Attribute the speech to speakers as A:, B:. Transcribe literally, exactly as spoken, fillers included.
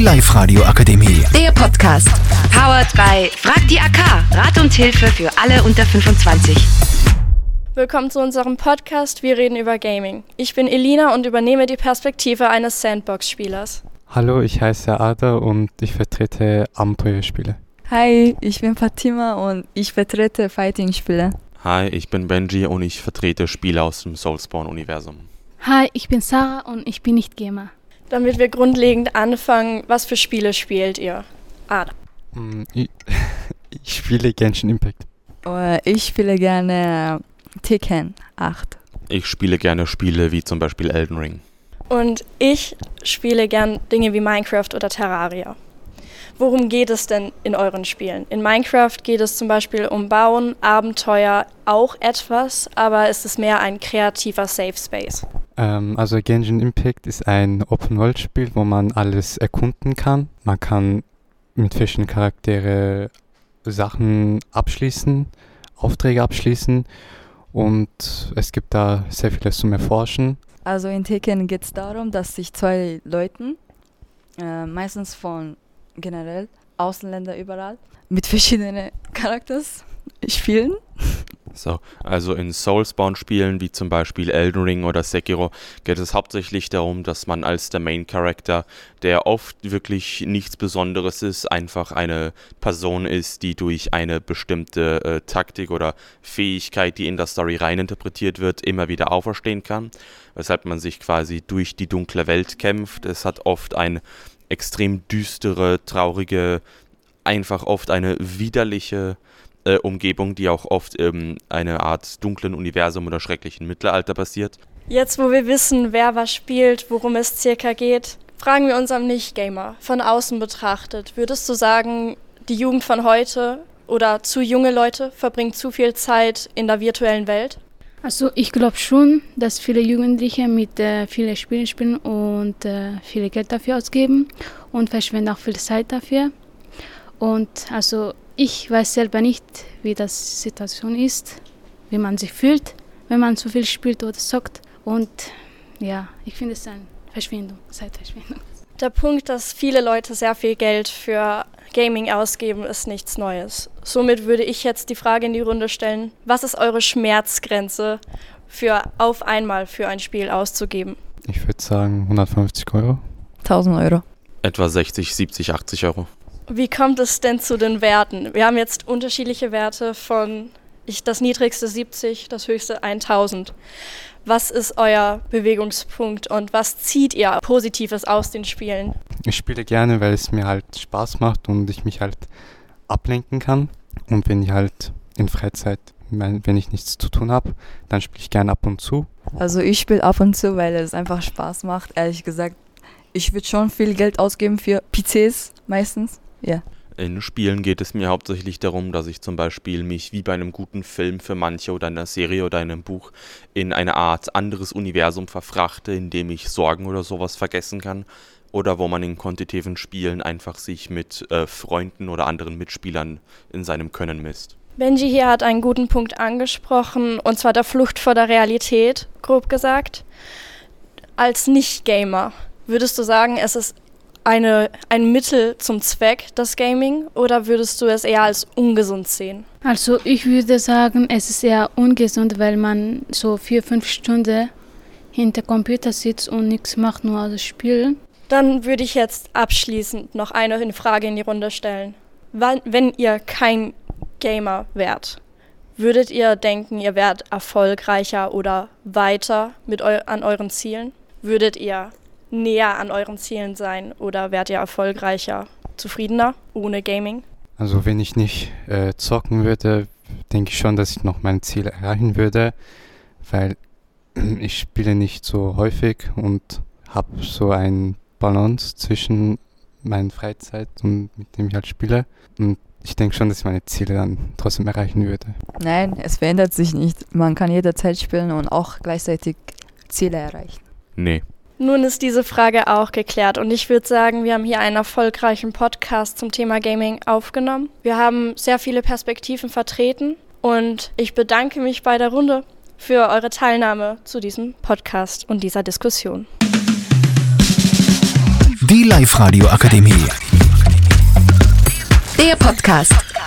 A: Live-Radio Akademie.
B: Der Podcast. Powered by Frag die A K. Rat und Hilfe für alle unter fünfundzwanzig.
C: Willkommen zu unserem Podcast. Wir reden über Gaming. Ich bin Elina und übernehme die Perspektive eines Sandbox-Spielers.
D: Hallo, ich heiße Ada und ich vertrete Abenteuerspiele.
E: Hi, ich bin Fatima und ich vertrete Fighting-Spiele.
F: Hi, ich bin Benji und ich vertrete Spiele aus dem Soulspawn-Universum.
G: Hi, ich bin Sarah und ich bin nicht Gamer.
C: Damit wir grundlegend anfangen, was für Spiele spielt ihr? Ada.
D: Ich, ich spiele Genshin Impact.
E: Ich spiele gerne Tekken acht.
F: Ich spiele gerne Spiele wie zum Beispiel Elden Ring.
C: Und ich spiele gern Dinge wie Minecraft oder Terraria. Worum geht es denn in euren Spielen? In Minecraft geht es zum Beispiel um Bauen, Abenteuer auch etwas, aber es ist mehr ein kreativer Safe Space.
D: Ähm, also Genshin Impact ist ein Open-World-Spiel, wo man alles erkunden kann. Man kann mit verschiedenen Charakteren Sachen abschließen, Aufträge abschließen und es gibt da sehr vieles zum Erforschen.
E: Also in Tekken geht es darum, dass sich zwei Leute, äh, meistens von generell Außenländer überall, mit verschiedenen Charakters spielen.
F: So, also in Soulspawn-Spielen wie zum Beispiel Elden Ring oder Sekiro geht es hauptsächlich darum, dass man als der Main-Character, der oft wirklich nichts Besonderes ist, einfach eine Person ist, die durch eine bestimmte äh, Taktik oder Fähigkeit, die in der Story reininterpretiert wird, immer wieder auferstehen kann, weshalb man sich quasi durch die dunkle Welt kämpft. Es hat oft eine extrem düstere, traurige, einfach oft eine widerliche Äh, Umgebung, die auch oft ähm, eine Art dunklen Universum oder schrecklichen Mittelalter basiert.
C: Jetzt, wo wir wissen, wer was spielt, worum es circa geht, fragen wir unseren Nicht-Gamer von außen betrachtet. Würdest du sagen, die Jugend von heute oder zu junge Leute verbringt zu viel Zeit in der virtuellen Welt?
G: Also ich glaube schon, dass viele Jugendliche mit äh, vielen Spielen spielen und äh, viel Geld dafür ausgeben und verschwenden auch viel Zeit dafür. Und also ich weiß selber nicht, wie das Situation ist, wie man sich fühlt, wenn man zu viel spielt oder zockt. Und ja, ich finde es eine Verschwendung, Zeitverschwendung.
C: Der Punkt, dass viele Leute sehr viel Geld für Gaming ausgeben, ist nichts Neues. Somit würde ich jetzt die Frage in die Runde stellen, was ist eure Schmerzgrenze für auf einmal für ein Spiel auszugeben?
D: Ich würde sagen hundertfünfzig Euro.
E: tausend Euro.
F: Etwa sechzig, siebzig, achtzig Euro.
C: Wie kommt es denn zu den Werten? Wir haben jetzt unterschiedliche Werte von ich, das niedrigste siebzig, das höchste tausend. Was ist euer Bewegungspunkt und was zieht ihr Positives aus den Spielen?
D: Ich spiele gerne, weil es mir halt Spaß macht und ich mich halt ablenken kann. Und wenn ich halt in Freizeit, wenn ich nichts zu tun habe, dann spiele ich gerne ab und zu.
E: Also ich spiele ab und zu, weil es einfach Spaß macht. Ehrlich gesagt, ich würde schon viel Geld ausgeben für P Cs meistens. Ja.
F: In Spielen geht es mir hauptsächlich darum, dass ich zum Beispiel mich wie bei einem guten Film für manche oder einer Serie oder einem Buch in eine Art anderes Universum verfrachte, in dem ich Sorgen oder sowas vergessen kann oder wo man in kompetitiven Spielen einfach sich mit äh, Freunden oder anderen Mitspielern in seinem Können misst.
C: Benji hier hat einen guten Punkt angesprochen, und zwar der Flucht vor der Realität, grob gesagt. Als Nicht-Gamer, würdest du sagen, es ist Eine, ein Mittel zum Zweck, das Gaming, oder würdest du es eher als ungesund sehen?
G: Also ich würde sagen, es ist eher ungesund, weil man so vier, fünf Stunden hinter Computer sitzt und nichts macht, nur also spielen.
C: Dann würde ich jetzt abschließend noch eine Frage in die Runde stellen. Wann, wenn ihr kein Gamer wärt, würdet ihr denken, ihr wärt erfolgreicher oder weiter mit eu- an euren Zielen? Würdet ihr näher an euren Zielen sein oder wärt ihr erfolgreicher, zufriedener ohne Gaming?
D: Also wenn ich nicht äh, zocken würde, denke ich schon, dass ich noch mein Ziel erreichen würde, weil ich spiele nicht so häufig und habe so eine Balance zwischen meiner Freizeit und mit dem ich halt spiele. Und ich denke schon, dass ich meine Ziele dann trotzdem erreichen würde.
E: Nein, es verändert sich nicht. Man kann jederzeit spielen und auch gleichzeitig Ziele erreichen.
F: Nee.
C: Nun ist diese Frage auch geklärt und ich würde sagen, wir haben hier einen erfolgreichen Podcast zum Thema Gaming aufgenommen. Wir haben sehr viele Perspektiven vertreten und ich bedanke mich bei der Runde für eure Teilnahme zu diesem Podcast und dieser Diskussion.
A: Die Live-Radio Akademie.
B: Der Podcast.